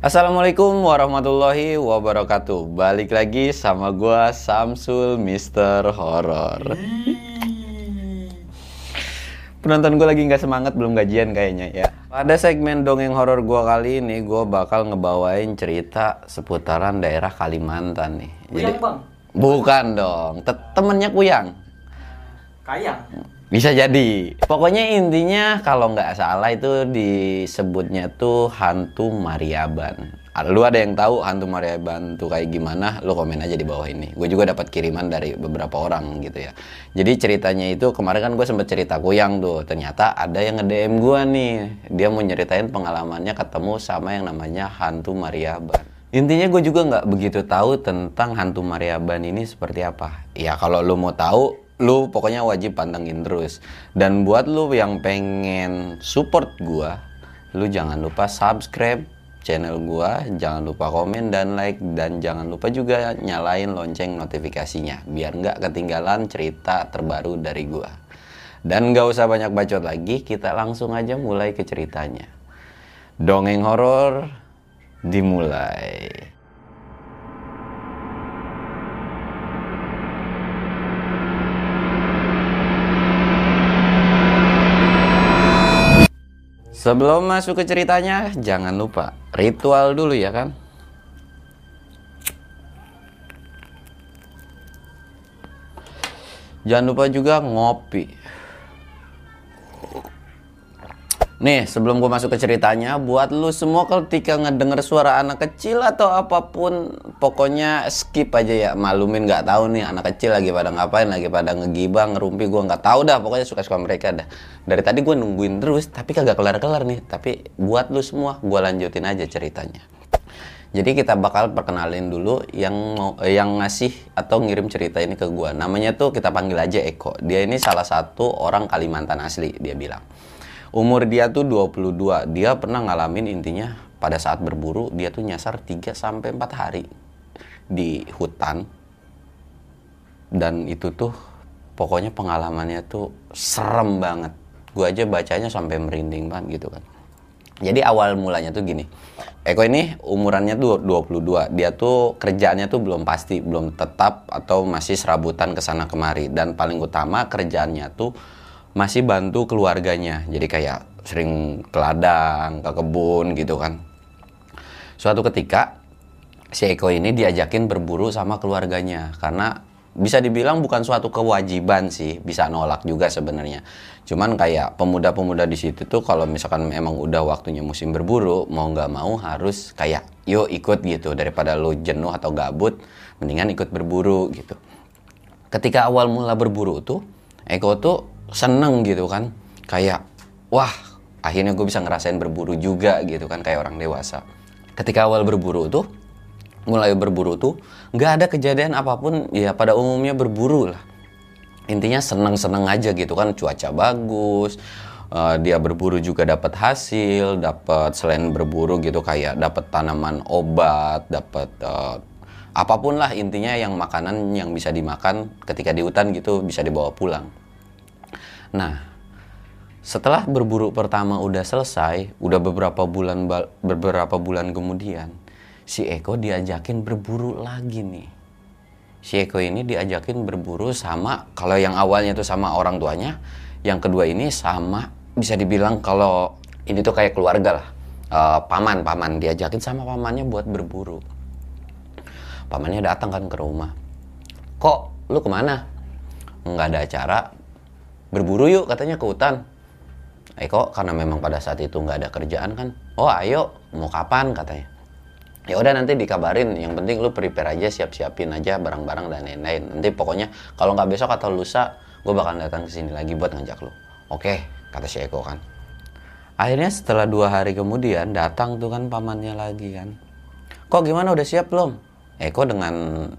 Assalamualaikum warahmatullahi wabarakatuh. Balik lagi sama gua Samsul Mister Horror. Penonton gue lagi nggak semangat, belum gajian kayaknya ya. Pada segmen dongeng horor gua kali ini, gua bakal ngebawain cerita seputaran daerah Kalimantan nih. Kuyang, Bang? Bukan dong, temennya Kuyang. Kayang? Bisa jadi. Pokoknya intinya kalau nggak salah itu disebutnya tuh hantu Mariaban. Lu ada yang tahu hantu Mariaban tuh kayak gimana? Lu komen aja di bawah ini. Gue juga dapat kiriman dari beberapa orang gitu ya. Jadi ceritanya itu kemarin kan gue sempet cerita Kuyang tuh. Ternyata ada yang nge-DM gue nih. Dia mau nyeritain pengalamannya ketemu sama yang namanya hantu Mariaban. Intinya gue juga nggak begitu tahu tentang hantu Mariaban ini seperti apa. Ya kalau lu mau tahu, lu pokoknya wajib pantengin terus. Dan buat lu yang pengen support gua, lu jangan lupa subscribe channel gua, jangan lupa komen dan like, dan jangan lupa juga nyalain lonceng notifikasinya biar nggak ketinggalan cerita terbaru dari gua. Dan nggak usah banyak bacot lagi, kita langsung aja mulai ke ceritanya. Dongeng horor dimulai. Sebelum masuk ke ceritanya, jangan lupa ritual dulu ya kan. Jangan lupa juga ngopi. Nih, sebelum gue masuk ke ceritanya, buat lu semua ketika ngedenger suara anak kecil atau apapun, pokoknya skip aja ya, malumin, nggak tahu nih anak kecil lagi pada ngapain, lagi pada ngegibah, ngerumpi, gue nggak tahu dah, pokoknya suka-suka mereka dah. Dari tadi gue nungguin terus, tapi kagak kelar-kelar nih. Tapi buat lu semua, gue lanjutin aja ceritanya. Jadi kita bakal perkenalin dulu yang ngasih atau ngirim cerita ini ke gue. Namanya tuh kita panggil aja Eko. Dia ini salah satu orang Kalimantan asli, dia bilang. Umur dia tuh 22. Dia pernah ngalamin intinya pada saat berburu, dia tuh nyasar 3-4 hari di hutan. Dan itu tuh pokoknya pengalamannya tuh serem banget. Gue aja bacanya sampai merinding banget gitu kan. Jadi awal mulanya tuh gini. Eko ini umurannya tuh 22. Dia tuh kerjaannya tuh belum pasti, belum tetap atau masih serabutan kesana kemari. Dan paling utama kerjaannya tuh masih bantu keluarganya. Jadi kayak sering ke ladang, ke kebun gitu kan. Suatu ketika si Eko ini diajakin berburu sama keluarganya. Karena bisa dibilang bukan suatu kewajiban sih, bisa nolak juga sebenarnya. Cuman kayak pemuda-pemuda di situ tuh kalau misalkan emang udah waktunya musim berburu, mau nggak mau harus kayak yuk ikut gitu. Daripada lu jenuh atau gabut, mendingan ikut berburu gitu. Ketika awal mula berburu tuh, Eko tuh seneng gitu kan, kayak wah akhirnya gue bisa ngerasain berburu juga gitu kan, kayak orang dewasa. Ketika awal berburu tuh, mulai berburu tuh nggak ada kejadian apapun ya, pada umumnya berburu lah. Intinya seneng-seneng aja gitu kan, cuaca bagus, dia berburu juga dapat hasil, dapat selain berburu gitu kayak dapat tanaman obat, dapat apapun lah intinya yang makanan yang bisa dimakan ketika di hutan gitu bisa dibawa pulang. Nah, setelah berburu pertama udah selesai, udah beberapa bulan kemudian, si Eko diajakin berburu lagi nih. Si Eko ini diajakin berburu sama, kalau yang awalnya tuh sama orang tuanya, yang kedua ini sama, bisa dibilang kalau ini tuh kayak keluarga lah. Paman, diajakin sama pamannya buat berburu. Pamannya datang kan ke rumah. Kok lu kemana? Nggak ada acara. Berburu yuk katanya ke hutan. Eko karena memang pada saat itu nggak ada kerjaan kan. Oh ayo, mau kapan katanya. Ya udah nanti dikabarin, yang penting lu prepare aja, siap-siapin aja barang-barang dan lain-lain. Nanti pokoknya kalau nggak besok atau lusa, gue bakal datang ke sini lagi buat ngajak lu. Oke, kata si Eko kan. Akhirnya setelah 2 hari kemudian datang tuh kan pamannya lagi kan. Kok gimana, udah siap belum? Eko dengan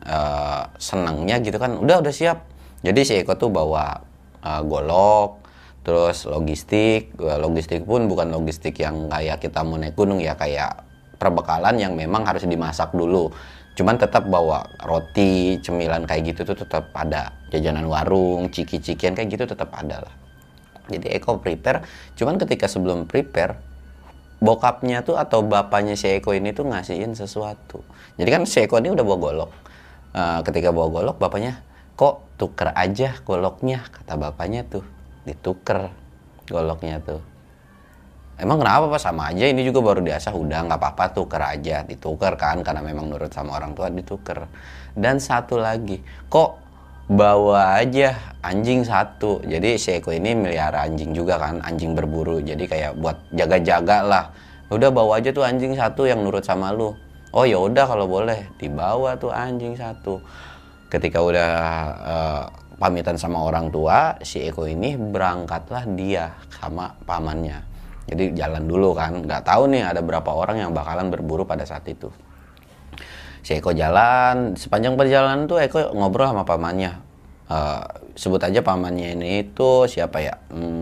senangnya gitu kan, udah siap. Jadi si Eko tuh bawa golok, terus logistik pun bukan logistik yang kayak kita mau naik gunung ya, kayak perbekalan yang memang harus dimasak dulu. Cuman tetap bawa roti, cemilan kayak gitu tuh tetap ada. Jajanan warung, ciki-cikian kayak gitu tetap ada lah. Jadi Eko prepare, cuman ketika sebelum prepare, bokapnya tuh atau bapaknya si Eko ini tuh ngasihin sesuatu. Jadi kan si Eko ini udah bawa golok. Ketika bawa golok, bapaknya, kok tuker aja goloknya, kata bapaknya tuh. Dituker goloknya tuh. Emang kenapa Pak? Sama aja, ini juga baru diasah. Udah nggak apa-apa, tuker aja. Dituker kan, karena memang nurut sama orang tua, dituker. Dan satu lagi, kok bawa aja anjing satu. Jadi si Eko ini melihara anjing juga kan, anjing berburu. Jadi kayak buat jaga-jaga lah. Udah bawa aja tuh anjing satu yang nurut sama lu. Oh ya udah kalau boleh, dibawa tuh anjing satu. Ketika udah pamitan sama orang tua, si Eko ini berangkatlah dia sama pamannya. Jadi jalan dulu kan, nggak tahu nih ada berapa orang yang bakalan berburu pada saat itu. Si Eko jalan, sepanjang perjalanan tuh Eko ngobrol sama pamannya. Sebut aja pamannya ini itu siapa ya?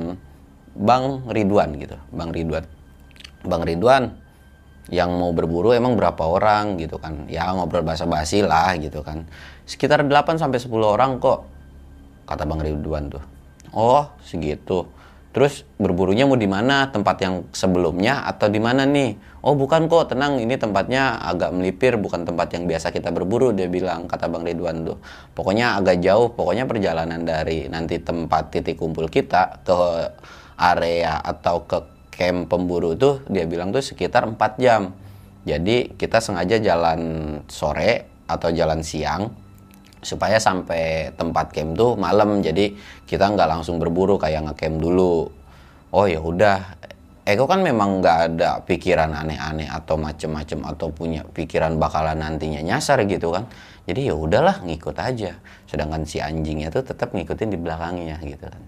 Bang Ridwan gitu, Bang Ridwan. Bang Ridwan yang mau berburu emang berapa orang gitu kan. Ya ngobrol basa-basi lah gitu kan. Sekitar 8 sampai 10 orang kok, kata Bang Ridwan tuh. Oh, segitu. Terus berburunya mau di mana? Tempat yang sebelumnya atau di mana nih? Oh, bukan kok, tenang, ini tempatnya agak melipir, bukan tempat yang biasa kita berburu, dia bilang, kata Bang Ridwan tuh. Pokoknya agak jauh, pokoknya perjalanan dari nanti tempat titik kumpul kita ke area atau ke camp pemburu tuh, dia bilang tuh sekitar 4 jam. Jadi kita sengaja jalan sore atau jalan siang supaya sampai tempat camp tuh malam. Jadi kita nggak langsung berburu kayak ngecamp dulu. Oh ya udah, Eko kan memang nggak ada pikiran aneh-aneh atau macem-macem atau punya pikiran bakalan nantinya nyasar gitu kan. Jadi ya udahlah, ngikut aja. Sedangkan si anjingnya tuh tetap ngikutin di belakangnya gitu kan.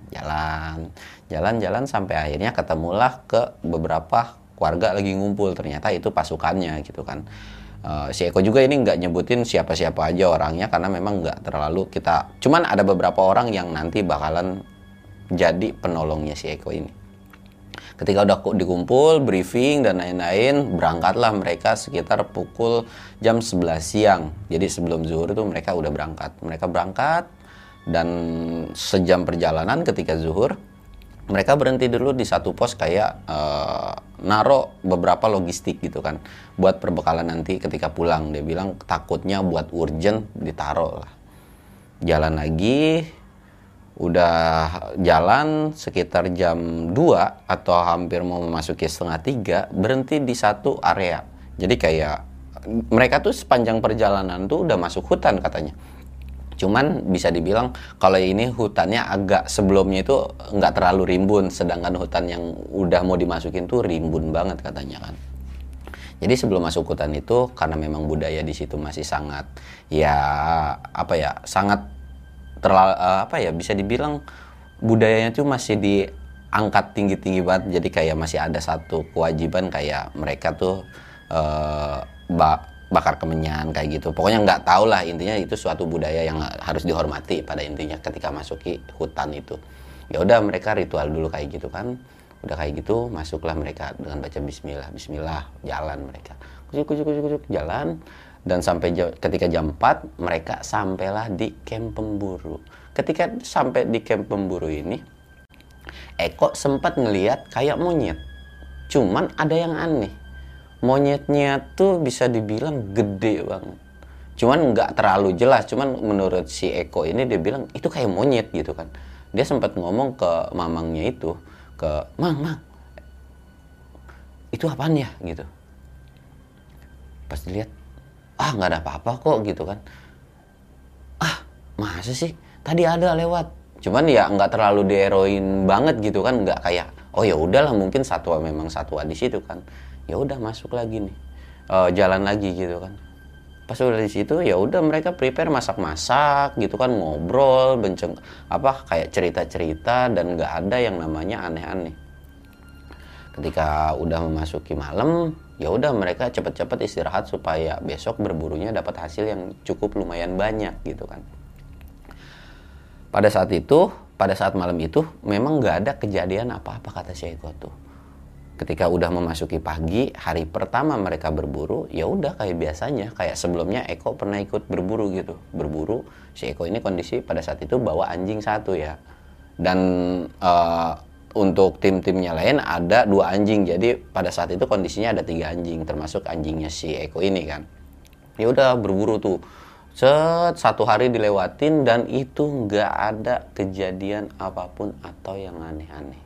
Jalan sampai akhirnya ketemulah ke beberapa keluarga lagi ngumpul. Ternyata itu pasukannya gitu kan. Si Eko juga ini nggak nyebutin siapa-siapa aja orangnya karena memang nggak terlalu kita. Cuman ada beberapa orang yang nanti bakalan jadi penolongnya si Eko ini. Ketika udah dikumpul, briefing dan lain-lain, berangkatlah mereka sekitar pukul jam 11 siang. Jadi sebelum zuhur itu mereka udah berangkat. Mereka berangkat dan sejam perjalanan ketika zuhur, mereka berhenti dulu di satu pos kayak naro beberapa logistik gitu kan. Buat perbekalan nanti ketika pulang. Dia bilang takutnya buat urgent ditaro lah. Jalan lagi. Udah jalan sekitar jam 2 atau hampir mau memasuki setengah 3, berhenti di satu area. Jadi kayak mereka tuh sepanjang perjalanan tuh udah masuk hutan katanya. Cuman bisa dibilang kalau ini hutannya agak sebelumnya itu nggak terlalu rimbun, sedangkan hutan yang udah mau dimasukin tuh rimbun banget katanya kan. Jadi sebelum masuk hutan itu karena memang budaya di situ masih sangat sangat bisa dibilang budayanya tuh masih diangkat tinggi-tinggi banget. Jadi kayak masih ada satu kewajiban kayak mereka tuh bakar kemenyan kayak gitu. Pokoknya nggak tahu lah, intinya itu suatu budaya yang harus dihormati pada intinya ketika masuki hutan itu. Ya udah mereka ritual dulu kayak gitu kan. Udah kayak gitu masuklah mereka dengan baca bismillah, jalan mereka. Kucuk jalan. Dan sampai ketika jam 4 mereka sampailah di camp pemburu. Ketika sampai di camp pemburu ini, Eko sempat ngelihat kayak monyet. Cuman ada yang aneh. Monyetnya tuh bisa dibilang gede banget. Cuman nggak terlalu jelas. Cuman menurut si Eko ini dia bilang itu kayak monyet gitu kan. Dia sempat ngomong ke mamangnya itu, ke Mang, itu apaan ya gitu. Pas dilihat, nggak ada apa-apa kok gitu kan. Masa sih tadi ada lewat, cuman ya nggak terlalu dieroin banget gitu kan, nggak kayak oh ya udahlah mungkin memang satwa di situ kan. Ya udah masuk lagi nih, jalan lagi gitu kan. Pas udah di situ ya udah mereka prepare masak gitu kan, ngobrol kayak cerita-cerita dan nggak ada yang namanya aneh-aneh. Ketika udah memasuki malam, ya udah mereka cepet-cepet istirahat supaya besok berburunya dapat hasil yang cukup lumayan banyak gitu kan. Pada saat malam itu memang nggak ada kejadian apa-apa kata si Eko tuh. Ketika udah memasuki pagi, hari pertama mereka berburu, ya udah kayak biasanya, kayak sebelumnya Eko pernah ikut berburu gitu. Berburu, si Eko ini kondisi pada saat itu bawa anjing satu ya. Dan untuk tim-timnya lain ada 2 anjing. Jadi pada saat itu kondisinya ada 3 anjing, termasuk anjingnya si Eko ini kan. Ya udah berburu tuh. Satu hari dilewatin dan itu nggak ada kejadian apapun atau yang aneh-aneh.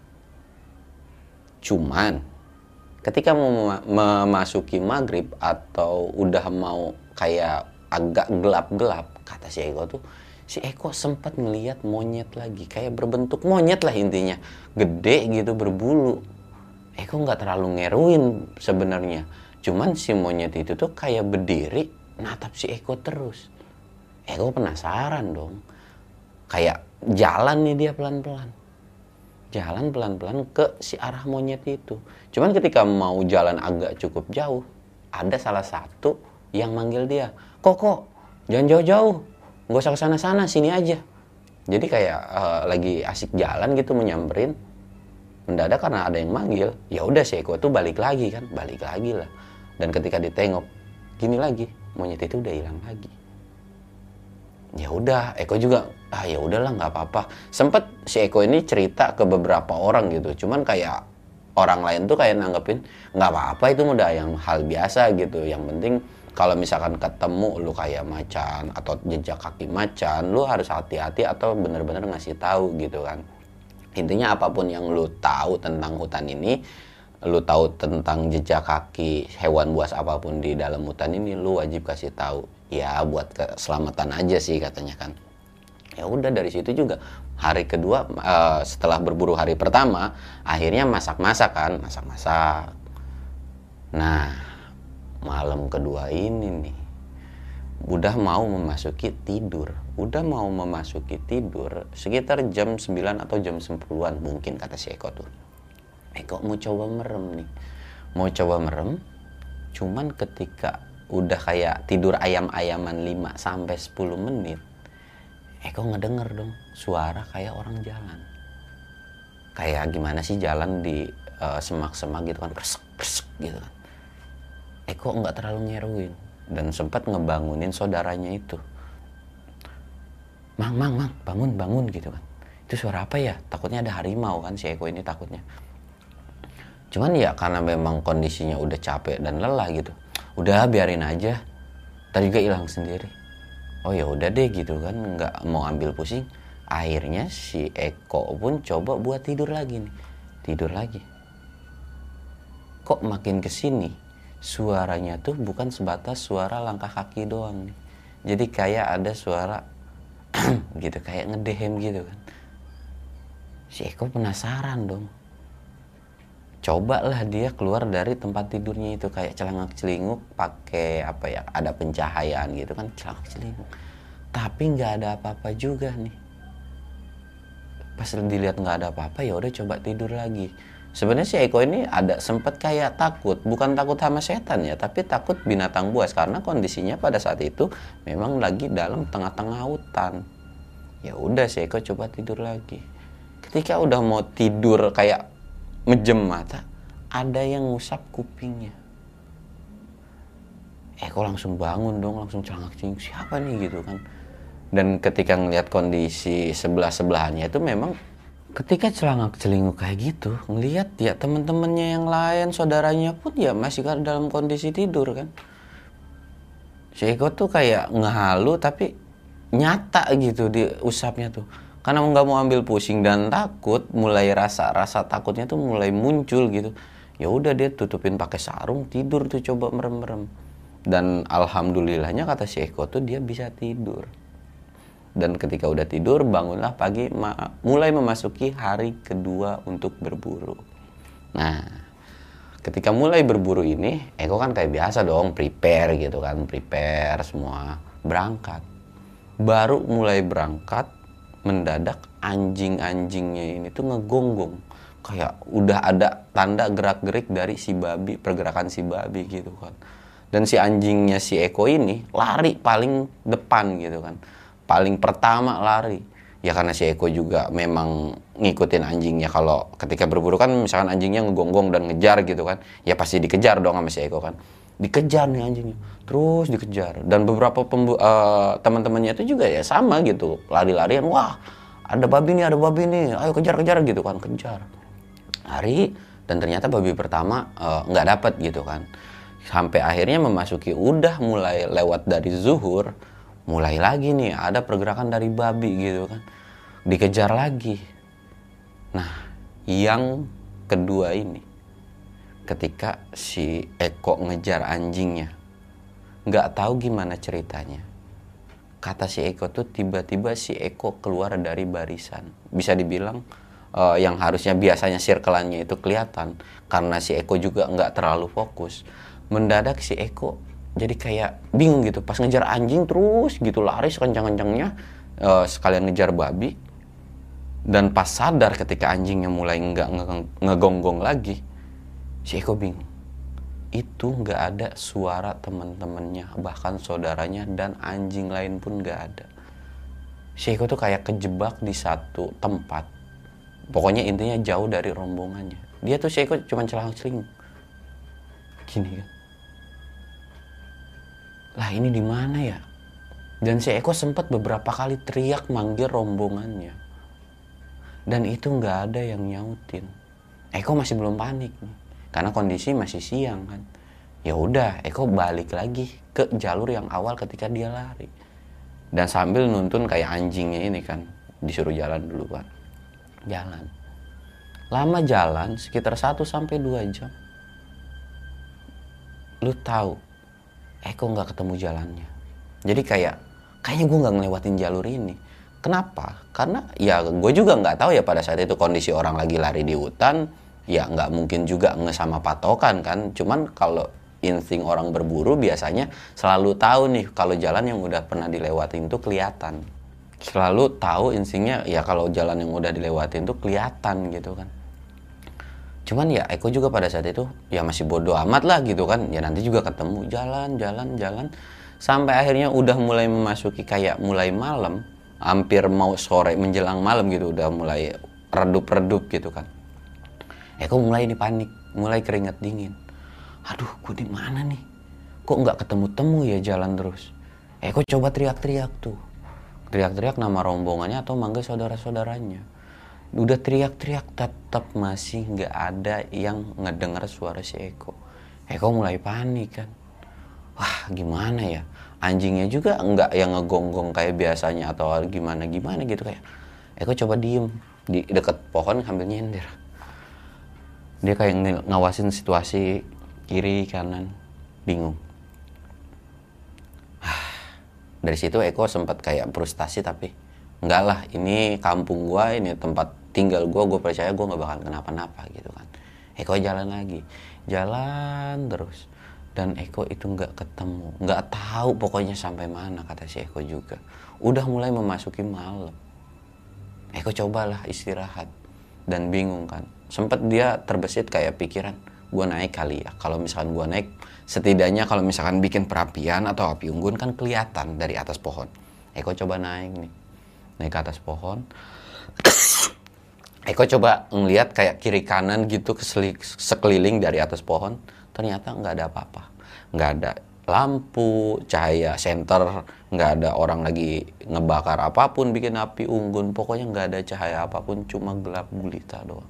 Cuman ketika mau memasuki maghrib atau udah mau kayak agak gelap-gelap, kata si Eko tuh, si Eko sempat ngelihat monyet lagi, kayak berbentuk monyet lah intinya, gede gitu, berbulu. Eko nggak terlalu ngeruin sebenarnya, cuman si monyet itu tuh kayak berdiri natap si Eko terus. Eko penasaran dong, kayak jalan nih dia pelan-pelan, jalan pelan-pelan ke si arah monyet itu. Cuman ketika mau jalan agak cukup jauh, ada salah satu yang manggil dia, kok jangan jauh-jauh, nggak usah kesana-sana, sini aja. Jadi kayak lagi asik jalan gitu menyamperin, mendadak karena ada yang manggil, ya udah si Eko tuh balik lagi kan, balik lagi lah. Dan ketika ditengok, gini lagi, monyet itu udah hilang lagi. Ya udah, Eko juga ya udahlah nggak apa-apa. Sempet si Eko ini cerita ke beberapa orang gitu, cuman kayak orang lain tuh kayak nanggepin nggak apa-apa, itu udah yang hal biasa gitu. Yang penting kalau misalkan ketemu lu kayak macan atau jejak kaki macan, lu harus hati-hati atau bener-bener ngasih tahu gitu kan. Intinya apapun yang lu tahu tentang hutan ini, lu tahu tentang jejak kaki hewan buas apapun di dalam hutan ini, lu wajib kasih tahu. Ya buat keselamatan aja sih katanya kan. Ya udah dari situ juga hari kedua setelah berburu hari pertama, akhirnya masak-masak kan, masak-masak. Nah, malam kedua ini nih udah mau memasuki tidur. Sekitar jam 9 atau jam 10-an mungkin kata si Eko tuh. Eko mau coba merem nih. Cuman ketika udah kayak tidur ayam-ayaman 5 sampai 10 menit, Eko ngedenger dong suara kayak orang jalan. Kayak gimana sih jalan di semak-semak gitu kan, kresek gitu kan. Eko nggak terlalu ngeruin dan sempat ngebangunin saudaranya itu. Mang, bangun gitu kan. Itu suara apa ya? Takutnya ada harimau kan si Eko ini takutnya. Cuman ya karena memang kondisinya udah capek dan lelah gitu. Udah biarin aja. Tadi juga hilang sendiri. Oh ya udah deh gitu kan, nggak mau ambil pusing. Akhirnya si Eko pun coba buat tidur lagi nih. Tidur lagi. Kok makin kesini suaranya tuh bukan sebatas suara langkah kaki doang nih. Jadi kayak ada suara gitu, kayak ngedehem gitu kan. Si Eko penasaran dong. Cobalah dia keluar dari tempat tidurnya itu, kayak celangak-celinguk pakai apa ya, ada pencahayaan gitu kan, celangak-celinguk. Tapi nggak ada apa-apa juga nih. Pas dilihat nggak ada apa-apa, ya udah coba tidur lagi. Sebenarnya si Eko ini ada sempet kayak takut, bukan takut sama setan ya, tapi takut binatang buas karena kondisinya pada saat itu memang lagi dalam tengah-tengah hutan. Ya udah si Eko coba tidur lagi. Ketika udah mau tidur kayak mejem mata, ada yang ngusap kupingnya. Eko langsung bangun dong, langsung celangak-celinguk, siapa nih gitu kan. Dan ketika ngelihat kondisi sebelah-sebelahannya itu memang ketika celangak-celinguk kayak gitu, ngelihat ya teman-temannya yang lain, saudaranya pun ya masih dalam kondisi tidur kan. Si Eko tuh kayak ngehalu tapi nyata gitu diusapnya tuh. Karena nggak mau ambil pusing dan takut, mulai rasa takutnya tuh mulai muncul gitu. Ya udah dia tutupin pakai sarung, tidur tuh coba merem-merem. Dan alhamdulillahnya kata si Eko tuh dia bisa tidur. Dan ketika udah tidur, bangunlah pagi mulai memasuki hari kedua untuk berburu. Nah, ketika mulai berburu ini, Eko kan kayak biasa dong, prepare gitu kan, prepare semua, berangkat. Baru mulai berangkat, mendadak anjing-anjingnya ini tuh ngegonggong. Kayak udah ada tanda gerak-gerik dari si babi, pergerakan si babi gitu kan. Dan si anjingnya si Eko ini lari paling depan gitu kan. Paling pertama lari. Ya karena si Eko juga memang ngikutin anjingnya. Kalau ketika berburu kan misalkan anjingnya ngegonggong dan ngejar gitu kan, ya pasti dikejar dong sama si Eko kan. Dikejar nih anjingnya, terus dikejar. Dan beberapa teman-temannya itu juga ya sama gitu, lari-larian. Wah, ada babi nih, ayo kejar gitu kan, kejar. Lari, dan ternyata babi pertama nggak dapet gitu kan. Sampai akhirnya memasuki udah mulai lewat dari zuhur, mulai lagi nih ada pergerakan dari babi gitu kan. Dikejar lagi. Nah, yang kedua ini, ketika si Eko ngejar anjingnya, nggak tahu gimana ceritanya. Kata si Eko tuh tiba-tiba si Eko keluar dari barisan. Bisa dibilang yang harusnya biasanya circle-annya itu kelihatan. Karena si Eko juga nggak terlalu fokus. Mendadak si Eko jadi kayak bingung gitu. Pas ngejar anjing terus gitu lari sekencang-kencangnya. Sekalian ngejar babi. Dan pas sadar ketika anjingnya mulai nggak ngegonggong lagi. Si Eko bingung. Itu nggak ada suara teman-temannya, bahkan saudaranya dan anjing lain pun nggak ada. Si Eko tuh kayak kejebak di satu tempat. Pokoknya intinya jauh dari rombongannya. Dia tuh si Eko cuma celang-celing gini kan. Lah ini di mana ya? Dan si Eko sempat beberapa kali teriak manggil rombongannya. Dan itu nggak ada yang nyautin. Eko masih belum panik nih. Karena kondisi masih siang kan. Ya udah, Eko balik lagi ke jalur yang awal ketika dia lari. Dan sambil nuntun kayak anjingnya ini kan, disuruh jalan dulu kan. Jalan. Lama jalan sekitar 1-2 jam. Lu tahu, Eko nggak ketemu jalannya. Jadi kayaknya gue nggak ngelewatin jalur ini. Kenapa? Karena ya gue juga nggak tahu ya pada saat itu kondisi orang lagi lari di hutan. Ya nggak mungkin juga sama patokan kan. Cuman kalau insting orang berburu biasanya selalu tahu nih kalau jalan yang udah pernah dilewatin tuh kelihatan. Selalu tahu instingnya ya kalau jalan yang udah dilewatin tuh kelihatan gitu kan. Cuman ya Eko juga pada saat itu ya masih bodoh amat lah gitu kan. Ya nanti juga ketemu jalan. Sampai akhirnya udah mulai memasuki kayak mulai malam. Hampir mau sore menjelang malam gitu. Udah mulai redup-redup gitu kan. Eko mulai nih panik, mulai keringat dingin. Aduh, gue di mana nih? Kok nggak ketemu-temu ya jalan terus? Eko coba teriak-teriak tuh. Teriak-teriak nama rombongannya atau manggil saudara-saudaranya. Udah teriak-teriak tetap masih nggak ada yang ngedengar suara si Eko. Eko mulai panik kan. Wah, gimana ya? Anjingnya juga nggak yang ngegonggong kayak biasanya atau gimana gitu kayak. Eko coba diem di deket pohon sambil nyender. Dia kayak ngawasin situasi kiri kanan, bingung. Dari situ Eko sempat kayak frustasi tapi enggak lah, ini kampung gua, ini tempat tinggal gua percaya gua nggak bakal kenapa-napa gitu kan. Eko jalan lagi, jalan terus, dan Eko itu nggak ketemu, nggak tahu pokoknya sampai mana kata si Eko juga. Udah mulai memasuki malam. Eko cobalah istirahat dan bingung kan. Sempat dia terbesit kayak pikiran, gue naik kali ya. Kalau misalkan gue naik, setidaknya kalau misalkan bikin perapian atau api unggun kan kelihatan dari atas pohon. Eko coba naik nih, naik ke atas pohon. Eko coba ngeliat kayak kiri kanan gitu sekeliling dari atas pohon. Ternyata nggak ada apa-apa, nggak ada lampu, cahaya senter, nggak ada orang lagi ngebakar apapun bikin api unggun. Pokoknya nggak ada cahaya apapun, cuma gelap gulita doang.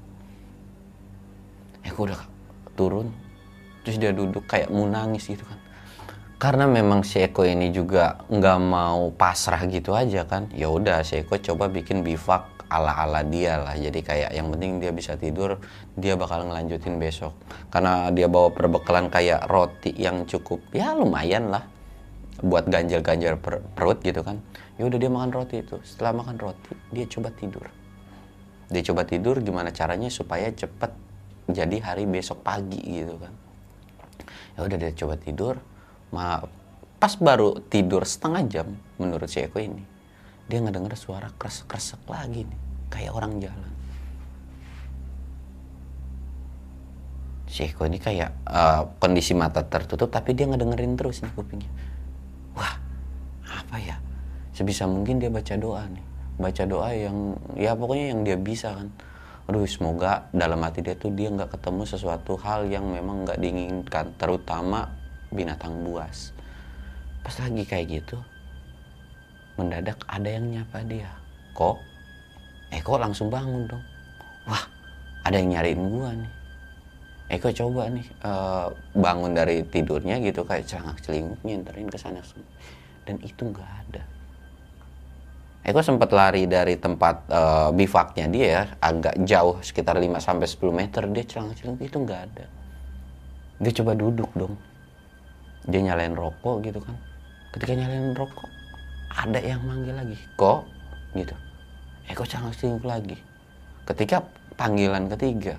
Eko udah turun, terus dia duduk kayak mau nangis gitu kan. Karena memang si Eko ini juga nggak mau pasrah gitu aja kan. Ya udah si Eko coba bikin bivak ala-ala dia lah. Jadi kayak yang penting dia bisa tidur, dia bakal ngelanjutin besok. Karena dia bawa perbekalan kayak roti yang cukup ya lumayan lah buat ganjal-ganjal perut gitu kan. Ya udah dia makan roti itu. Setelah makan roti, dia coba tidur. Dia coba tidur gimana caranya supaya cepet jadi hari besok pagi gitu kan. Ya udah dia coba tidur. Pas baru tidur setengah jam menurut si Eko ini, dia ngedenger suara kresek-kresek lagi nih, kayak orang jalan. Si Eko ini kayak kondisi mata tertutup tapi dia ngedengerin terus nih kupingnya. Wah, apa ya? Sebisa mungkin dia baca doa nih. Baca doa yang ya pokoknya yang dia bisa kan. Aduh, semoga dalam hati dia tuh dia nggak ketemu sesuatu hal yang memang nggak diinginkan, terutama binatang buas. Pas lagi kayak gitu, mendadak ada yang nyapa dia. Kok? Eko langsung bangun dong. Wah, ada yang nyariin gua nih. Eko coba nih bangun dari tidurnya gitu, kayak celangak-celinguk nyenterin ke sana semua. Dan itu nggak ada. Eko sempat lari dari tempat bivaknya dia ya, agak jauh sekitar 5-10 meter. Dia celangak-celinguk, itu nggak ada. Dia coba duduk dong. Dia nyalain rokok gitu kan. Ketika nyalain rokok, ada yang manggil lagi, kok gitu. Eko celangak-celinguk lagi. Ketika panggilan ketiga,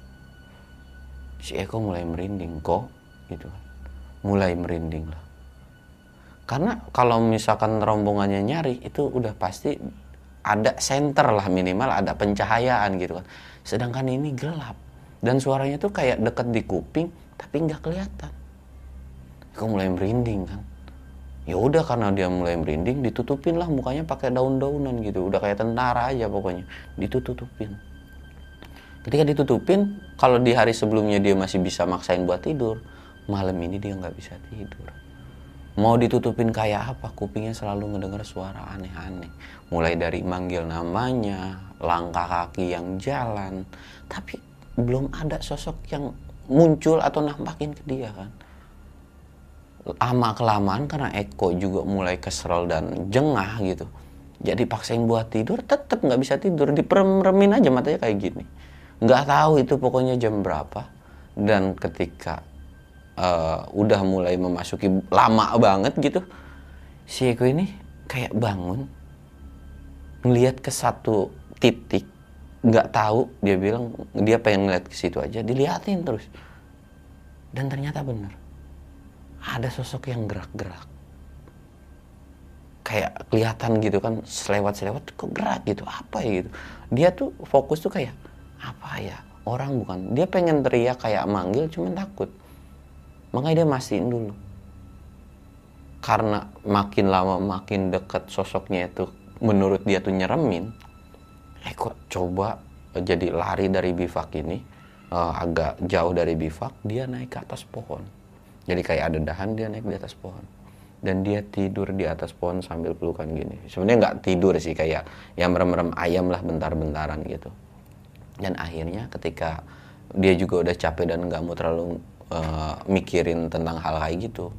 si Eko mulai merinding, kok gitu kan. Mulai merinding lah. Karena kalau misalkan rombongannya nyari, itu udah pasti ada senter lah, minimal ada pencahayaan gitu kan. Sedangkan ini gelap dan suaranya tuh kayak deket di kuping tapi nggak kelihatan. Eko mulai merinding kan. Ya udah, karena dia mulai merinding, ditutupin lah mukanya pakai daun-daunan gitu. Udah kayak tentara aja pokoknya, ditutupin. Ketika ditutupin, kalau di hari sebelumnya dia masih bisa maksain buat tidur, malam ini dia nggak bisa tidur. Mau ditutupin kayak apa, kupingnya selalu ngedenger suara aneh-aneh. Mulai dari manggil namanya, langkah kaki yang jalan, tapi belum ada sosok yang muncul atau nampakin ke dia kan. Lama-kelamaan karena Eko juga mulai kesel dan jengah gitu, jadi paksain buat tidur, tetap nggak bisa tidur. Diperem-remin aja matanya kayak gini. Nggak tahu itu pokoknya jam berapa. Dan ketika udah mulai memasuki lama banget gitu, si Eko ini kayak bangun, ngelihat ke satu titik, nggak tahu, dia bilang dia pengen ngeliat ke situ aja, diliatin terus. Dan ternyata bener, ada sosok yang gerak-gerak, kayak kelihatan gitu kan, selewat-selewat kok gerak gitu, apa ya gitu. Dia tuh fokus tuh kayak apa ya, orang bukan. Dia pengen teriak kayak manggil, cuman takut. Makanya dia mastiin dulu. Karena makin lama makin deket sosoknya itu, menurut dia tuh nyeremin, kok coba jadi lari dari bivak ini, agak jauh dari bivak, dia naik ke atas pohon. Jadi kayak ada dahan, dia naik di atas pohon. Dan dia tidur di atas pohon sambil pelukan gini. Sebenarnya nggak tidur sih, kayak ya merem-merem ayam lah, bentar-bentaran gitu. Dan akhirnya ketika dia juga udah capek dan nggak mau terlalu mikirin tentang hal kayak gitu,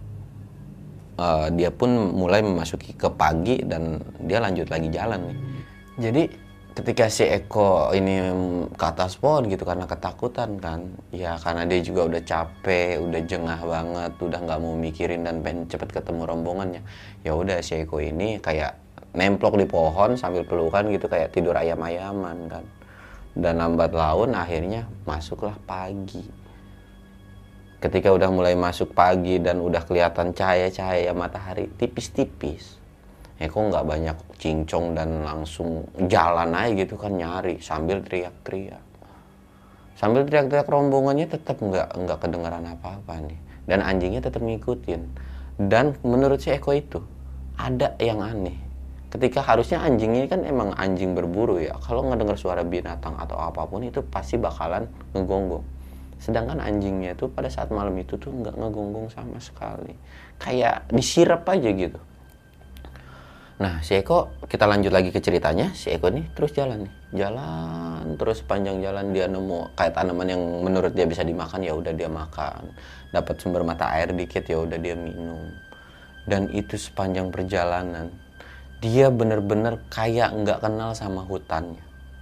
dia pun mulai memasuki ke pagi dan dia lanjut lagi jalan nih. Jadi ketika si Eko ini ke atas pohon gitu karena ketakutan kan, ya karena dia juga udah capek, udah jengah banget, udah nggak mau mikirin dan pengen cepet ketemu rombongannya. Ya udah, si Eko ini kayak nemplok di pohon sambil pelukan gitu, kayak tidur ayam-ayaman kan. Dan lambat laun akhirnya masuklah pagi. Ketika udah mulai masuk pagi dan udah kelihatan cahaya-cahaya matahari tipis-tipis, Eko nggak banyak cincong dan langsung jalan aja gitu kan, nyari sambil teriak-teriak. Sambil teriak-teriak, rombongannya tetap nggak kedengeran apa-apa nih. Dan anjingnya tetap ngikutin. Dan menurut si Eko itu ada yang aneh. Ketika harusnya anjing ini kan emang anjing berburu ya, kalau ngedenger suara binatang atau apapun itu pasti bakalan ngegonggong. Sedangkan anjingnya itu pada saat malam itu tuh nggak ngegonggong sama sekali. Kayak disirep aja gitu. Nah, si Eko, kita lanjut lagi ke ceritanya. Si Eko nih terus jalan nih. Jalan terus sepanjang jalan, dia nemu kayak tanaman yang menurut dia bisa dimakan, ya udah dia makan. Dapat sumber mata air dikit, ya udah dia minum. Dan itu sepanjang perjalanan, dia bener-bener kayak nggak kenal sama hutannya.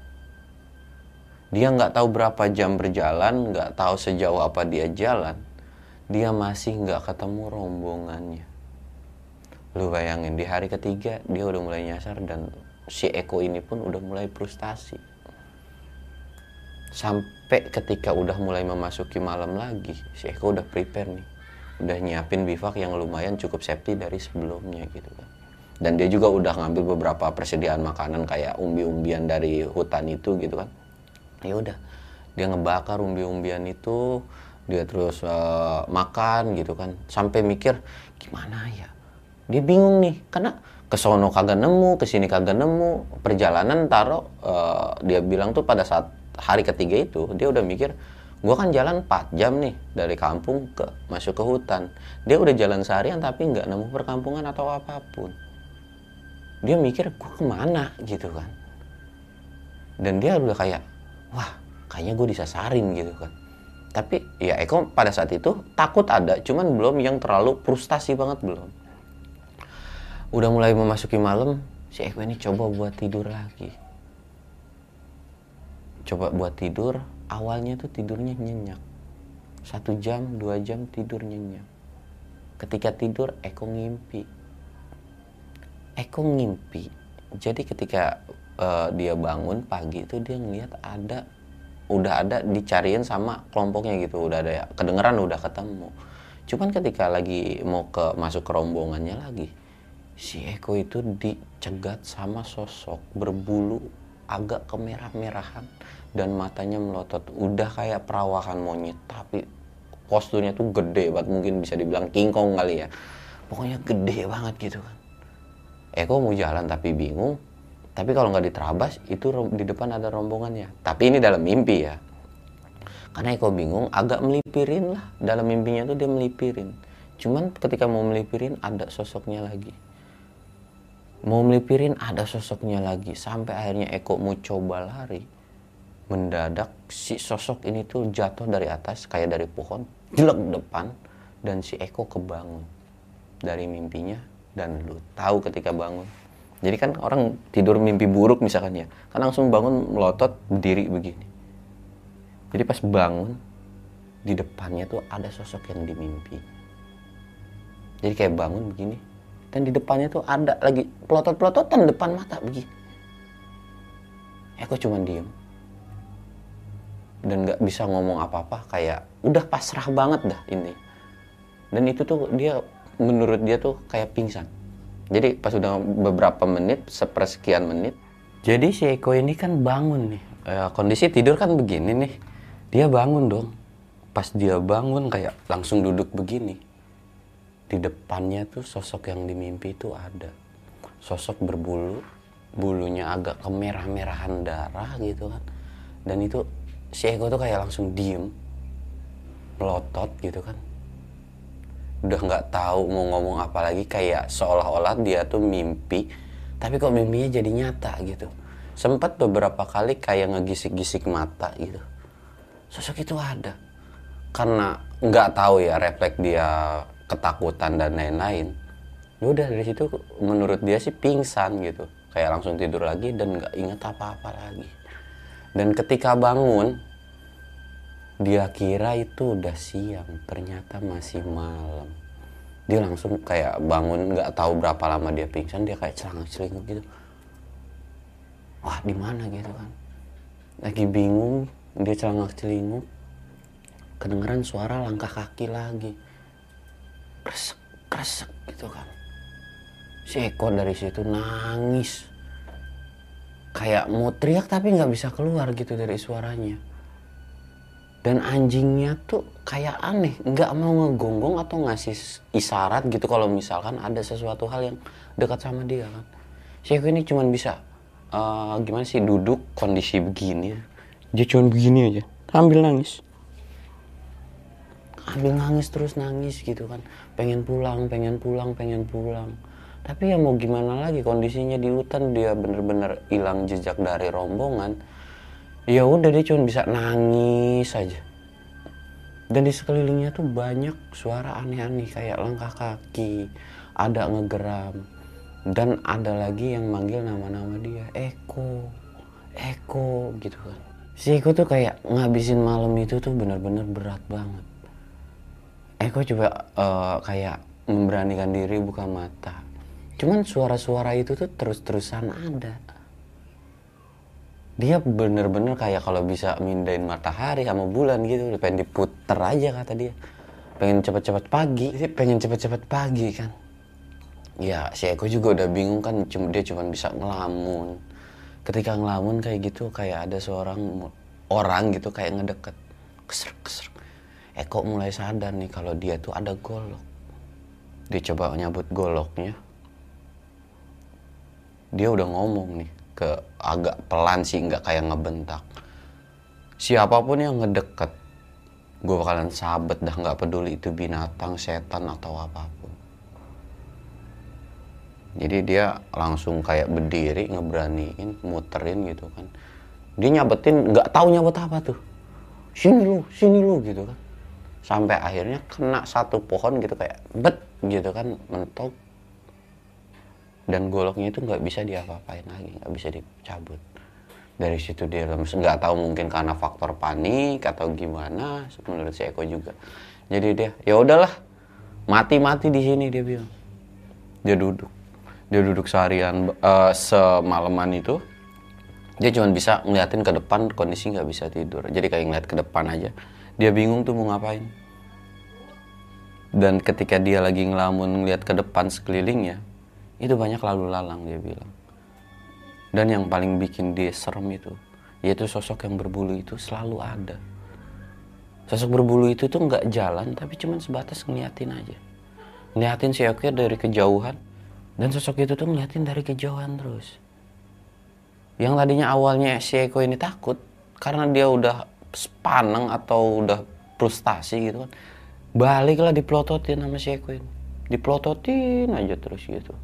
Dia nggak tahu berapa jam berjalan, nggak tahu sejauh apa dia jalan, dia masih nggak ketemu rombongannya. Lu bayangin, di hari ketiga dia udah mulai nyasar dan si Eko ini pun udah mulai frustasi. Sampai ketika udah mulai memasuki malam lagi, si Eko udah prepare nih. Udah nyiapin bivak yang lumayan cukup safety dari sebelumnya gitu kan. Dan dia juga udah ngambil beberapa persediaan makanan kayak umbi-umbian dari hutan itu gitu kan. Ya udah, dia ngebakar umbi-umbian itu, dia terus makan gitu kan. Sampai mikir, gimana ya? Dia bingung nih, karena kesono kagak nemu, kesini kagak nemu. Perjalanan dia bilang tuh pada saat hari ketiga itu, dia udah mikir, gue kan jalan 4 jam nih dari kampung masuk ke hutan. Dia udah jalan seharian tapi nggak nemu perkampungan atau apapun. Dia mikir, gue kemana gitu kan. Dan dia udah kayak, wah kayaknya gue disasarin gitu kan. Tapi ya Eko pada saat itu takut ada, cuman belum yang terlalu frustasi banget, belum. Udah mulai memasuki malam, si Eko ini coba buat tidur lagi. Coba buat tidur, awalnya tuh tidurnya nyenyak. 1 jam, 2 jam tidur nyenyak. Ketika tidur, Eko ngimpi. Jadi ketika dia bangun pagi itu dia ngeliat udah ada dicariin sama kelompoknya gitu, udah ada ya, kedengeran udah ketemu. Cuman ketika lagi mau masuk ke rombongannya lagi, si Eko itu dicegat sama sosok berbulu agak kemerah-merahan dan matanya melotot, udah kayak perawakan monyet, tapi posturnya tuh gede banget, mungkin bisa dibilang King Kong kali ya. Pokoknya gede banget gitu kan. Eko mau jalan tapi bingung. Tapi kalau nggak diterabas, itu di depan ada rombongannya. Tapi ini dalam mimpi ya. Karena Eko bingung, agak melipirin lah. Dalam mimpinya tuh dia melipirin. Cuman ketika mau melipirin, ada sosoknya lagi. Sampai akhirnya Eko mau coba lari. Mendadak si sosok ini tuh jatuh dari atas, kayak dari pohon. Jelek depan. Dan si Eko kebangun dari mimpinya. Dan lu tahu ketika bangun. Jadi kan orang tidur mimpi buruk misalkan ya, kan langsung bangun melotot berdiri begini. Jadi pas bangun, di depannya tuh ada sosok yang dimimpi. Jadi kayak bangun begini, dan di depannya tuh ada lagi pelotot-pelototan depan mata begini. Aku cuman diem. Dan gak bisa ngomong apa-apa, kayak udah pasrah banget dah ini. Dan itu tuh menurut dia tuh kayak pingsan. Jadi pas udah beberapa menit, sepersekian menit, jadi si Eko ini kan bangun nih. Kondisi tidur kan begini nih. Dia bangun dong. Pas dia bangun kayak langsung duduk begini. Di depannya tuh sosok yang dimimpi itu ada. Sosok berbulu, bulunya agak kemerah-merahan darah gitu kan. Dan itu si Eko tuh kayak langsung diem, melotot gitu kan. Udah nggak tahu mau ngomong apa lagi, kayak seolah-olah dia tuh mimpi, tapi kok mimpinya jadi nyata gitu. Sempat beberapa kali kayak ngegisik-gisik mata gitu. Sosok itu ada. Karena nggak tahu ya, refleks dia ketakutan dan lain-lain. Ya udah dari situ menurut dia sih pingsan gitu. Kayak langsung tidur lagi dan nggak inget apa-apa lagi. Dan ketika bangun, dia kira itu udah siang, ternyata masih malam. Dia langsung kayak bangun, nggak tahu berapa lama dia pingsan, dia kayak celangak-celinguk gitu. Wah, di mana gitu kan? Lagi bingung, dia celangak-celinguk. Kedengeran suara langkah kaki lagi. Kresek gitu kan. Si Eko dari situ nangis. Kayak mau teriak tapi nggak bisa keluar gitu dari suaranya. Dan anjingnya tuh kayak aneh, nggak mau ngegonggong atau ngasih isyarat gitu kalau misalkan ada sesuatu hal yang dekat sama dia kan. Si Eko ini cuma bisa gimana sih, duduk kondisi begini. Dia cuma begini aja, sambil nangis terus nangis gitu kan. Pengen pulang. Tapi ya mau gimana lagi, kondisinya di hutan, dia bener-bener hilang jejak dari rombongan. Ya udah, dia cuma bisa nangis aja. Dan di sekelilingnya tuh banyak suara aneh-aneh kayak langkah kaki, ada ngegeram, dan ada lagi yang manggil nama-nama dia, Eko gitu kan. Si Eko tuh kayak ngabisin malam itu tuh benar-benar berat banget. Eko coba kayak memberanikan diri buka mata. Cuman suara-suara itu tuh terus-terusan ada. Dia bener-bener kayak kalau bisa mindahin matahari sama bulan gitu, pengen diputer aja kata dia. Pengen cepet-cepet pagi kan. Ya si Eko juga udah bingung kan, dia cuma bisa ngelamun. Ketika ngelamun kayak gitu, kayak ada seorang orang gitu kayak ngedeket. Keser. Eko mulai sadar nih kalau dia tuh ada golok. Dia coba nyabut goloknya. Dia udah ngomong nih, agak pelan sih, nggak kayak ngebentak. Siapapun yang ngedeket, gue bakalan sabet dah, nggak peduli itu binatang, setan atau apapun. Jadi dia langsung kayak berdiri, ngeberaniin, muterin gitu kan. Dia nyabetin, nggak tahu nyabet apa tuh. Sini lu gitu kan. Sampai akhirnya kena satu pohon gitu kayak bet gitu kan, mentok. Dan goloknya itu nggak bisa diapa-apain lagi, nggak bisa dicabut. Dari situ dia lemes, nggak tahu mungkin karena faktor panik atau gimana, menurut si Eko juga. Jadi dia, ya udahlah, mati di sini, dia bilang. Dia duduk seharian, semalaman itu. Dia cuma bisa ngeliatin ke depan, kondisi nggak bisa tidur. Jadi kayak ngeliat ke depan aja. Dia bingung tuh mau ngapain. Dan ketika dia lagi ngelamun ngeliat ke depan sekelilingnya, itu banyak lalu lalang, dia bilang. Dan yang paling bikin dia serem itu, yaitu sosok yang berbulu itu selalu ada. Sosok berbulu itu tuh nggak jalan, tapi cuma sebatas ngeliatin aja. Ngeliatin si Eko dari kejauhan, dan sosok itu tuh ngeliatin dari kejauhan terus. Yang tadinya awalnya si Eko ini takut, karena dia udah sepaneng atau udah frustasi gitu kan. Baliklah dipelototin sama si Eko ini. Dipelototin aja terus gitu.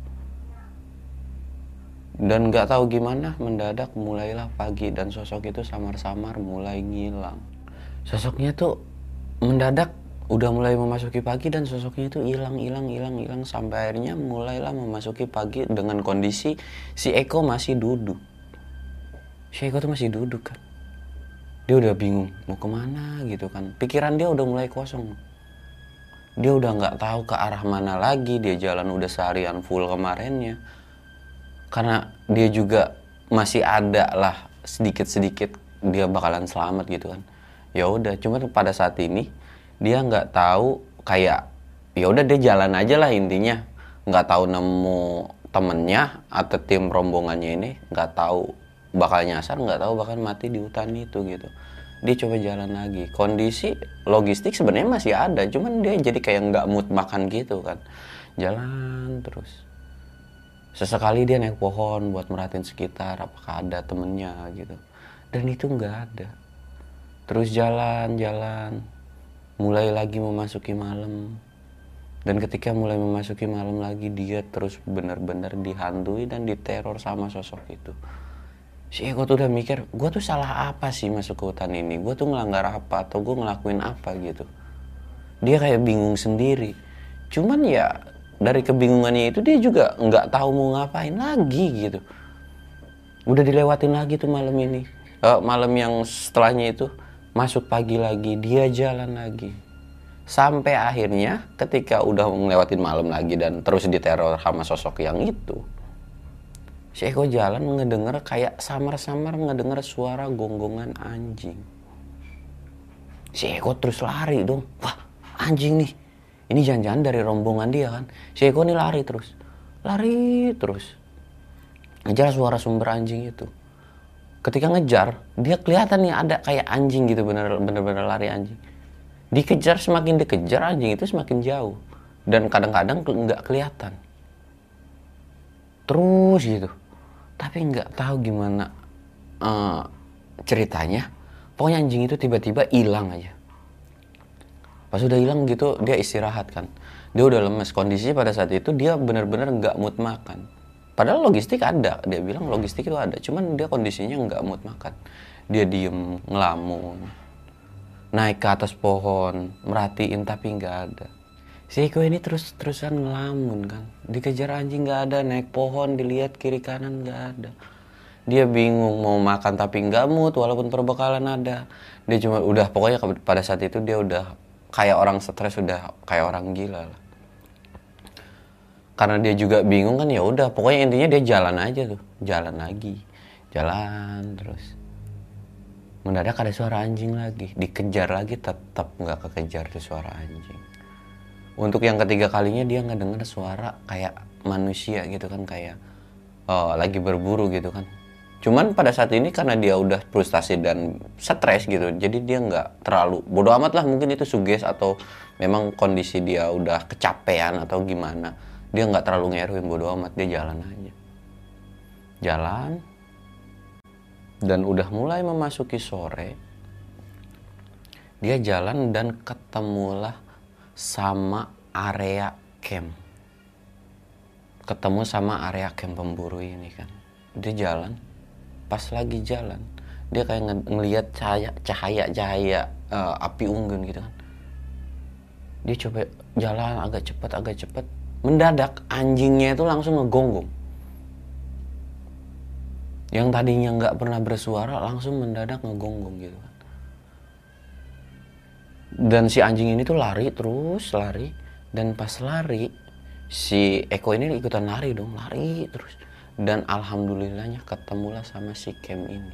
Dan gak tahu gimana mendadak mulailah pagi dan sosok itu samar-samar mulai ngilang. Sosoknya tuh mendadak udah mulai memasuki pagi dan sosoknya itu hilang sampai akhirnya mulailah memasuki pagi dengan kondisi si Eko masih duduk. Si Eko tuh masih duduk kan. Dia udah bingung mau kemana gitu kan. Pikiran dia udah mulai kosong. Dia udah nggak tahu ke arah mana lagi. Dia jalan udah seharian full kemarinnya. Karena dia juga masih ada lah sedikit dia bakalan selamat gitu kan. Ya udah, cuma pada saat ini dia nggak tahu, kayak ya udah dia jalan aja lah intinya. Nggak tahu nemu temennya atau tim rombongannya ini, nggak tahu bakal nyasar, nggak tahu bakal mati di hutan itu gitu. Dia coba jalan lagi. Kondisi logistik sebenarnya masih ada, cuman dia jadi kayak nggak mood makan gitu kan. Jalan terus. Sesekali dia naik pohon buat merhatiin sekitar, apakah ada temennya gitu. Dan itu nggak ada. Terus jalan, mulai lagi memasuki malam. Dan ketika mulai memasuki malam lagi, dia terus benar-benar dihantui dan diteror sama sosok itu. Si Eko tuh udah mikir, gue tuh salah apa sih masuk ke hutan ini? Gue tuh ngelanggar apa atau gue ngelakuin apa gitu. Dia kayak bingung sendiri. Cuman ya dari kebingungannya itu dia juga nggak tahu mau ngapain lagi gitu. Udah dilewatin lagi tuh malam ini. Malam yang setelahnya itu masuk pagi lagi, dia jalan lagi. Sampai akhirnya ketika udah ngelewatin malam lagi dan terus diteror sama sosok yang itu, si Eko jalan ngedenger kayak samar-samar ngedenger suara gonggongan anjing. Si Eko terus lari dong. Wah, anjing nih. Ini jangan-jangan dari rombongan dia kan. Si Eko nih lari terus. Ngejar suara sumber anjing itu. Ketika ngejar, dia kelihatan nih ada kayak anjing gitu, bener-bener lari anjing. Dikejar, semakin dikejar anjing itu semakin jauh. Dan kadang-kadang nggak kelihatan. Terus gitu. Tapi nggak tahu gimana ceritanya. Pokoknya anjing itu tiba-tiba hilang aja. Pas udah hilang gitu, dia istirahat kan. Dia udah lemes. Kondisinya pada saat itu dia benar-benar nggak mood makan. Padahal logistik ada. Dia bilang logistik itu ada. Cuman dia kondisinya nggak mood makan. Dia diem, ngelamun. Naik ke atas pohon, merhatiin tapi nggak ada. Si Eko ini terus-terusan ngelamun kan. Dikejar anjing nggak ada. Naik pohon, dilihat kiri kanan nggak ada. Dia bingung mau makan tapi nggak mood walaupun perbekalan ada. Dia cuma udah, pokoknya pada saat itu dia udah kayak orang stres, udah kayak orang gila lah. Karena dia juga bingung kan, ya udah pokoknya intinya dia jalan aja tuh, jalan lagi, jalan terus. Mendadak ada suara anjing lagi, dikejar lagi, tetap nggak kekejar tuh suara anjing. Untuk yang ketiga kalinya dia ngedenger suara kayak manusia gitu kan, kayak lagi berburu gitu kan. Cuman pada saat ini karena dia udah frustasi dan stres gitu, jadi dia nggak terlalu bodo amat lah, mungkin itu suges atau memang kondisi dia udah kecapean atau gimana. Dia nggak terlalu ngeruin, bodo amat, dia jalan aja. Jalan, dan udah mulai memasuki sore, dia jalan dan ketemulah sama area camp. Ketemu sama area camp pemburu ini kan. Dia jalan. Pas lagi jalan, Dia kayak ngelihat cahaya api unggun gitu kan. Dia coba jalan agak cepat. Mendadak anjingnya itu langsung ngegonggong. Yang tadinya nggak pernah bersuara langsung mendadak ngegonggong gitu kan. Dan si anjing ini tuh lari. Dan pas lari, si Eko ini ikutan lari terus. Dan alhamdulillahnya ketemulah sama si Kem ini.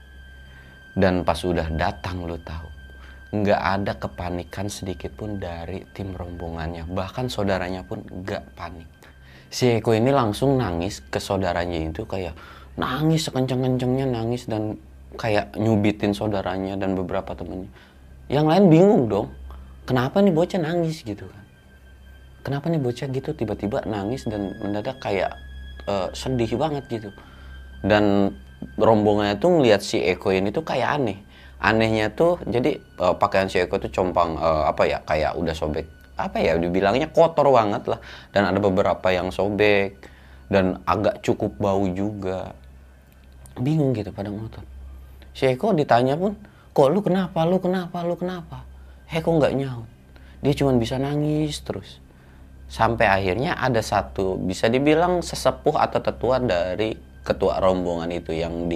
Dan pas udah datang, lo tahu, nggak ada kepanikan sedikit pun dari tim rombongannya. Bahkan saudaranya pun nggak panik. Si Eko ini langsung nangis ke saudaranya itu, kayak nangis sekenceng-kencengnya, nangis dan kayak nyubitin saudaranya dan beberapa temennya. Yang lain bingung dong, kenapa nih bocah nangis gitu kan. Kenapa nih bocah gitu tiba-tiba nangis dan mendadak kayak sedih banget gitu. Dan rombongannya tuh ngeliat si Eko ini tuh kayak aneh. Anehnya tuh jadi pakaian si Eko tuh compang kayak udah sobek. Dibilangnya kotor banget lah. Dan ada beberapa yang sobek dan agak cukup bau juga. Bingung gitu pada ngotot. Si Eko ditanya pun, kok lu kenapa? Eko nggak nyaut. Dia cuma bisa nangis terus. Sampai akhirnya ada satu, bisa dibilang sesepuh atau tetua dari ketua rombongan itu yang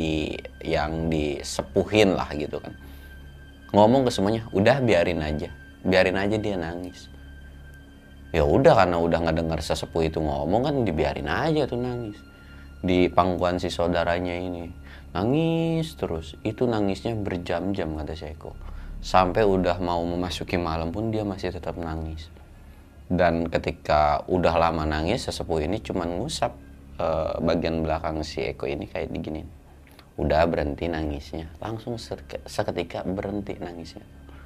disepuhin lah gitu kan. Ngomong ke semuanya, udah biarin aja dia nangis. Ya udah, karena udah ngedengar sesepuh itu ngomong kan, dibiarin aja tuh nangis. Di pangkuan si saudaranya ini nangis terus. Itu nangisnya berjam-jam kata si Eko. Sampai udah mau memasuki malam pun dia masih tetap nangis. Dan ketika udah lama nangis, sesepuh ini cuman ngusap bagian belakang si Eko ini kayak diginin. Udah berhenti nangisnya. Langsung seketika berhenti nangisnya.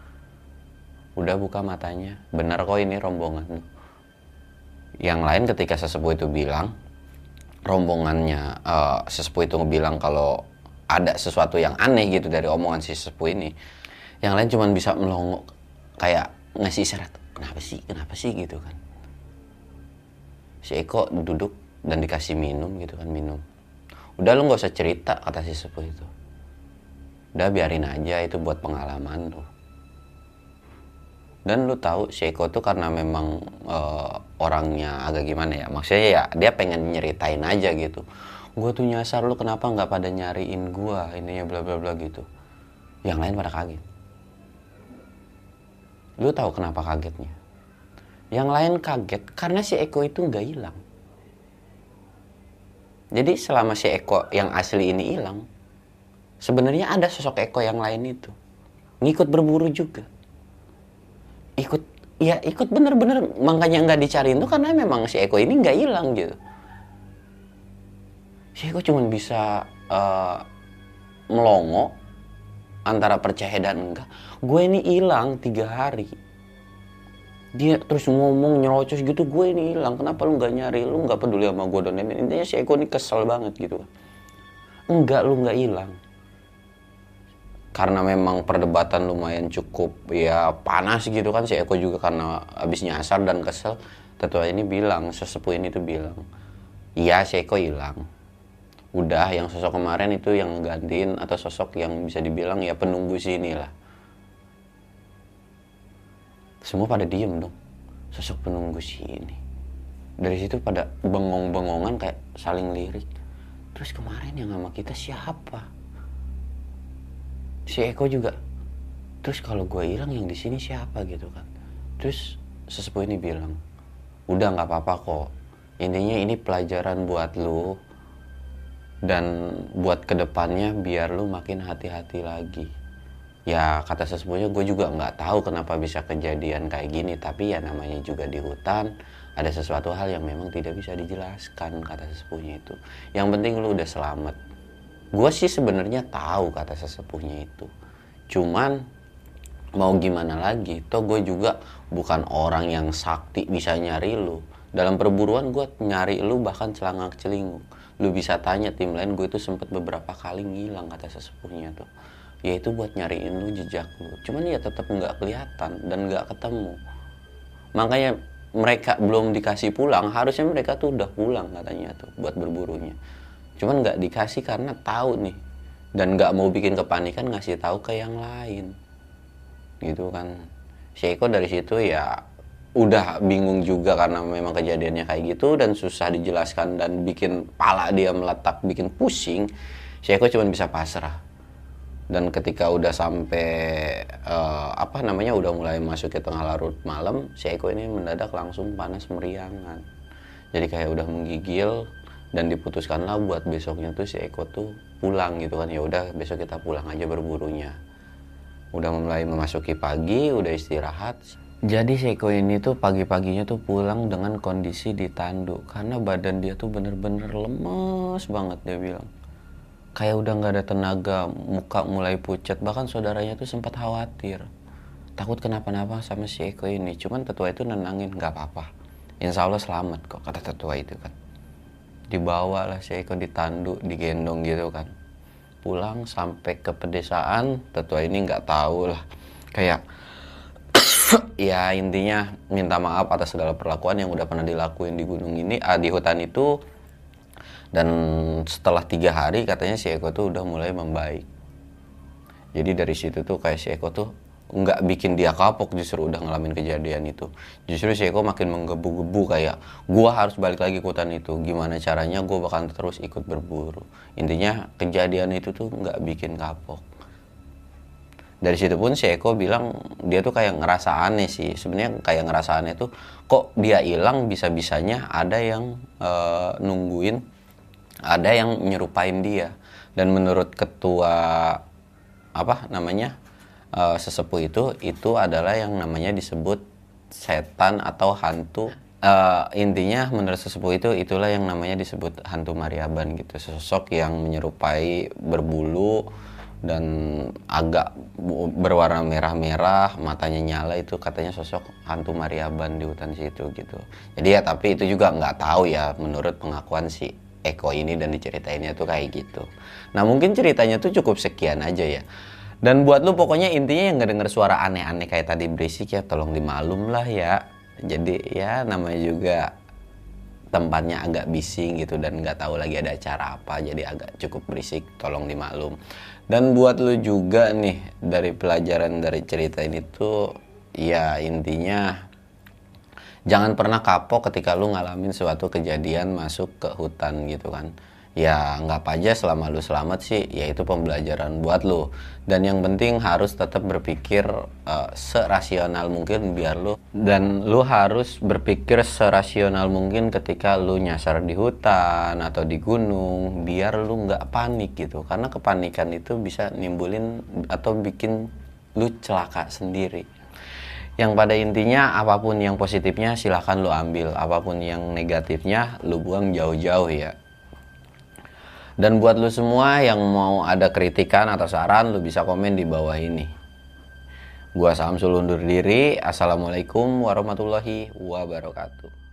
Udah buka matanya. Benar kok ini rombongan. Yang lain ketika sesepuh itu bilang, rombongannya sesepuh itu ngebilang kalau ada sesuatu yang aneh gitu dari omongan si sesepuh ini. Yang lain cuman bisa melongo kayak ngasih isyarat. Kenapa sih gitu kan. Si Eko duduk dan dikasih minum gitu kan, minum. Udah lu gak usah cerita kata si sepuh itu. Udah biarin aja, itu buat pengalaman tuh. Dan lu tahu si Eko tuh karena memang orangnya agak gimana ya. Maksudnya ya dia pengen nyeritain aja gitu. Gue tuh nyasar, lu kenapa gak pada nyariin gue, ininya bla bla bla gitu. Yang lain pada kaget. Lu tahu kenapa kagetnya? Yang lain kaget karena si Eko itu nggak hilang. Jadi selama si Eko yang asli ini hilang, sebenarnya ada sosok Eko yang lain itu ngikut berburu juga. Ikut bener-bener, makanya nggak dicariin tuh karena memang si Eko ini nggak hilang gitu. Si Eko cuma bisa melongo antara percaya dan enggak. Gue ini hilang 3 hari. Dia terus ngomong nyerocos gitu, gue ini hilang. Kenapa lu nggak nyari? Lu nggak peduli sama gue dan lain-lain. Intinya si Eko ini kesel banget gitu. Enggak, lu nggak hilang. Karena memang perdebatan lumayan cukup ya panas gitu kan. Si Eko juga karena abis nyasar dan kesel. Tetua ini bilang, sesepuh ini tuh bilang, iya si Eko hilang. Udah, yang sosok kemarin itu yang gantiin atau sosok yang bisa dibilang ya penunggu sini lah. Semua pada diem dong, sosok penunggu sini. Dari situ pada bengong-bengongan kayak saling lirik. Terus kemarin yang sama kita siapa? Si Eko juga. Terus kalau gue hilang yang di sini siapa gitu kan? Terus sesepuh ini bilang, udah nggak apa-apa kok. Intinya ini pelajaran buat lu. Dan buat kedepannya biar lu makin hati-hati lagi. Ya kata sesepuhnya, gue juga nggak tahu kenapa bisa kejadian kayak gini. Tapi ya namanya juga di hutan, ada sesuatu hal yang memang tidak bisa dijelaskan kata sesepuhnya itu. Yang penting lu udah selamat. Gue sih sebenarnya tahu kata sesepuhnya itu. Cuman mau gimana lagi, toh gue juga bukan orang yang sakti bisa nyari lu. Dalam perburuan gue nyari lu bahkan celangak-celinguk. Lu bisa tanya tim lain, gue itu sempet beberapa kali ngilang kata sesepuhnya tuh. Yaitu buat nyariin lu, jejak lu. Cuman ya tetap nggak kelihatan dan nggak ketemu. Makanya mereka belum dikasih pulang, harusnya mereka tuh udah pulang katanya tuh buat berburunya. Cuman nggak dikasih karena tahu nih dan nggak mau bikin kepanikan ngasih tahu ke yang lain gitu kan. Si Eko dari situ ya udah bingung juga karena memang kejadiannya kayak gitu dan susah dijelaskan dan bikin pala dia meletak, bikin pusing. Si Eko cuma bisa pasrah. Dan ketika udah sampai udah mulai masuk ke tengah larut malam, si Eko ini mendadak langsung panas meriangan. Jadi kayak udah menggigil dan diputuskanlah buat besoknya tuh si Eko tuh pulang gitu kan. Ya udah besok kita pulang aja berburunya. Udah mulai memasuki pagi, udah istirahat. Jadi si Eko ini tuh pagi-paginya tuh pulang dengan kondisi ditanduk karena badan dia tuh bener-bener lemes banget, dia bilang. Kayak udah nggak ada tenaga, muka mulai pucat, bahkan saudaranya tuh sempat khawatir. Takut kenapa-napa sama si Eko ini, cuman tetua itu nenangin, nggak apa-apa. Insya Allah selamat kok, kata tetua itu kan. Dibawa lah si Eko ditanduk, digendong gitu kan. Pulang sampai ke pedesaan, tetua ini nggak tahu lah. Kayak ya intinya minta maaf atas segala perlakuan yang udah pernah dilakuin di gunung ini, di hutan itu. Dan setelah 3 hari katanya si Eko tuh udah mulai membaik. Jadi dari situ tuh kayak si Eko tuh nggak bikin dia kapok, justru udah ngalamin kejadian itu. Justru si Eko makin menggebu-gebu kayak gua harus balik lagi ke hutan itu. Gimana caranya gua bakal terus ikut berburu. Intinya kejadian itu tuh nggak bikin kapok. Dari situ pun si Eko bilang dia tuh kayak ngerasa aneh sih. Sebenarnya kayak ngerasa aneh tuh kok dia hilang bisa-bisanya ada yang nungguin, ada yang nyerupain dia. Dan menurut ketua sesepuh itu adalah yang namanya disebut setan atau hantu. Intinya menurut sesepuh itulah yang namanya disebut hantu Mariaban gitu, sosok yang menyerupai, berbulu dan agak berwarna merah-merah, matanya nyala, itu katanya sosok hantu Mariaban di hutan situ gitu. Jadi ya tapi itu juga nggak tahu ya, menurut pengakuan si Eko ini dan diceritainnya tuh kayak gitu. Nah mungkin ceritanya tuh cukup sekian aja ya. Dan buat lu pokoknya intinya yang ngedenger suara aneh-aneh kayak tadi berisik ya tolong dimaklum lah ya. Jadi ya namanya juga tempatnya agak bising gitu dan nggak tahu lagi ada acara apa, jadi agak cukup berisik, tolong dimaklum. Dan buat lu juga nih dari pelajaran dari cerita ini tuh ya intinya jangan pernah kapok ketika lu ngalamin suatu kejadian masuk ke hutan gitu kan. Ya nggak aja selama lu selamat sih, ya itu pembelajaran buat lu. Dan yang penting harus tetap berpikir serasional mungkin biar lu, dan lu harus berpikir serasional mungkin ketika lu nyasar di hutan atau di gunung, biar lu nggak panik gitu. Karena kepanikan itu bisa nimbulin atau bikin lu celaka sendiri. Yang pada intinya apapun yang positifnya silahkan lu ambil, apapun yang negatifnya lu buang jauh-jauh ya. Dan buat lu semua yang mau ada kritikan atau saran, lu bisa komen di bawah ini. Gua Samsul undur diri. Assalamualaikum warahmatullahi wabarakatuh.